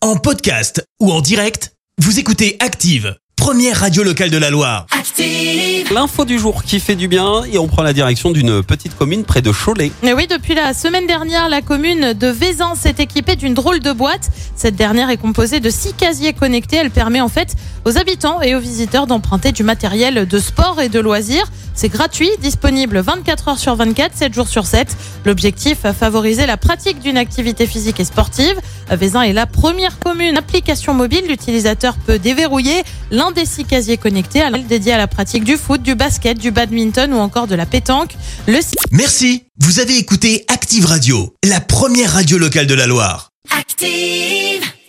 En podcast ou en direct, vous écoutez Active, première radio locale de la Loire. Active. L'info du jour qui fait du bien et on prend la direction d'une petite commune près de Cholet. Mais oui, depuis la semaine dernière, la commune de Vezins s'est équipée d'une drôle de boîte. Cette dernière est composée de 6 casiers connectés. Elle permet en fait aux habitants et aux visiteurs d'emprunter du matériel de sport et de loisirs. C'est gratuit, disponible 24 heures sur 24, 7 jours sur 7. L'objectif, favoriser la pratique d'une activité physique et sportive. Vezins est la première commune application mobile. L'utilisateur peut déverrouiller l'un des 6 casiers connectés, dédié à la pratique du foot, du basket, du badminton ou encore de la pétanque. Merci. Vous avez écouté Active Radio, la première radio locale de la Loire. Active.